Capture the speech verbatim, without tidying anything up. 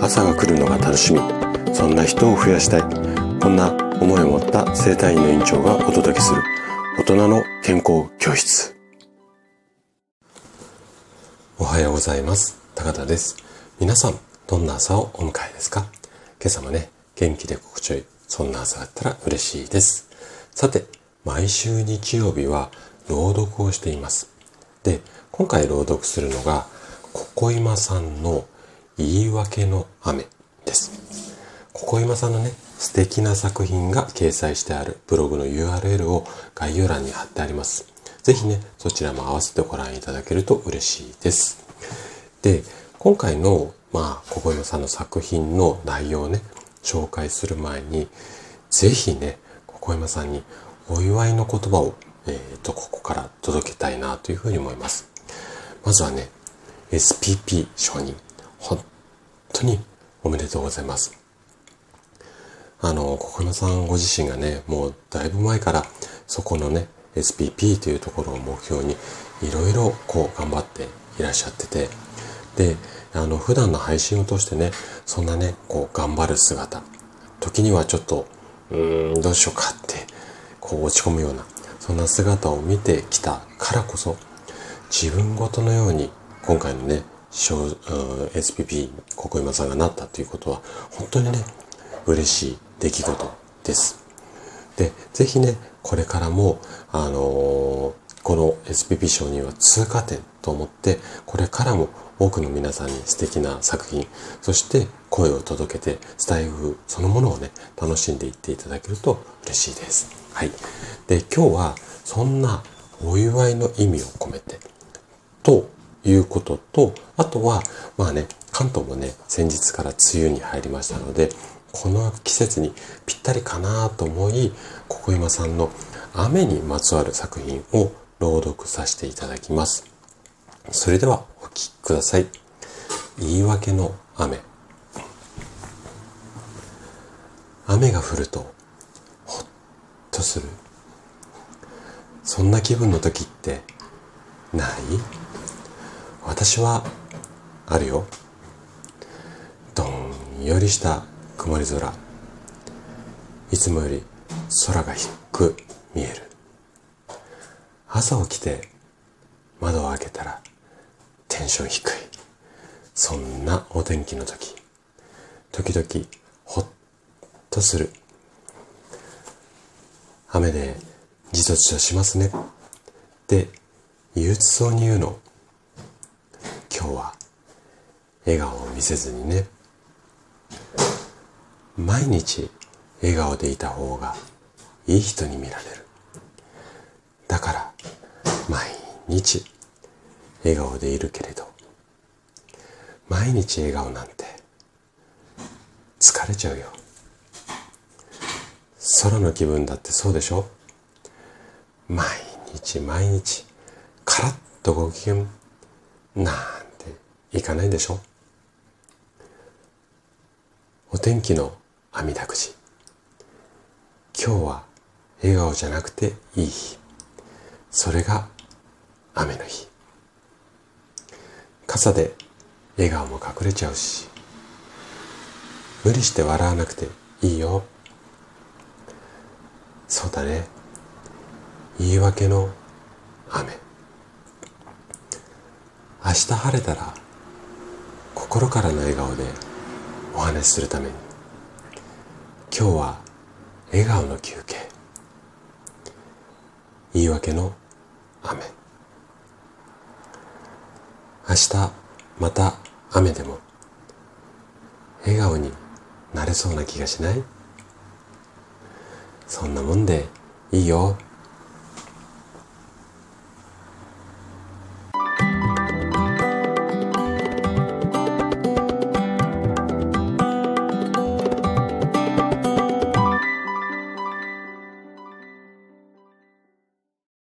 朝が来るのが楽しみ、そんな人を増やしたい、こんな思いを持った整体院の院長がお届けする大人の健康教室。おはようございます。高田です。皆さんどんな朝をお迎えですか？今朝もね、元気で心地よい、そんな朝だったら嬉しいです。さて、毎週日曜日は朗読をしています。で、今回朗読するのがここいまさんの言い訳の雨です。ここいまさんのね、素敵な作品が掲載してあるブログの ユーアールエル を概要欄に貼ってあります。ぜひね、そちらも合わせてご覧いただけると嬉しいです。で、今回のまあここいまさんの作品の内容をね、紹介する前に、ぜひね、ここいまさんにお祝いの言葉を、えー、とここから届けたいなというふうに思います。まずはね、エスピーピー 承認、本当におめでとうございます。あの、ここいまさんご自身がね、もうだいぶ前からそこのね、エスピーピー というところを目標にいろいろこう頑張っていらっしゃってて、で、あの、普段の配信を通してね、そんなね、こう頑張る姿、時にはちょっと、うーん、どうしようかって、こう落ち込むような、そんな姿を見てきたからこそ、自分ごとのように、今回のね、エスピーピー ここいまさんがなったということは、本当にね、嬉しい出来事です。で、ぜひね、これからも、あのー、この エスピーピー 承認は通過点と思って、これからも多くの皆さんに素敵な作品、そして声を届けて、スタイフそのものをね、楽しんでいっていただけると嬉しいです。はい。で、今日はそんなお祝いの意味を込めて、ということと、あとは、まあね、関東もね、先日から梅雨に入りましたので、この季節にぴったりかなと思い、ここいまさんの雨にまつわる作品を朗読させていただきます。それではお聞きください。言い訳の雨。雨が降るとほっとする。そんな気分の時ってない？私はあるよ。どんよりした曇り空。いつもより空が低く見える。朝起きて窓を開けたらテンション低い。そんなお天気の時、時々ほっとする。雨でじとじとしますねって憂鬱そうに言うの。今日は笑顔を見せずにね。毎日笑顔でいた方がいい人に見られる。だから毎日笑顔でいるけれど、毎日笑顔なんて疲れちゃうよ。空の気分だってそうでしょ？毎日毎日カラッとご機嫌なんていかないでしょ？お天気のあみだくじ。今日は笑顔じゃなくていい日。それが雨の日。傘で笑顔も隠れちゃうし、無理して笑わなくていいよ。そうだね。言い訳の雨。明日晴れたら心からの笑顔でお話しするために、今日は笑顔の休憩。言い訳の雨。明日また雨でも笑顔になれそうな気がしない？そんなもんでいいよ。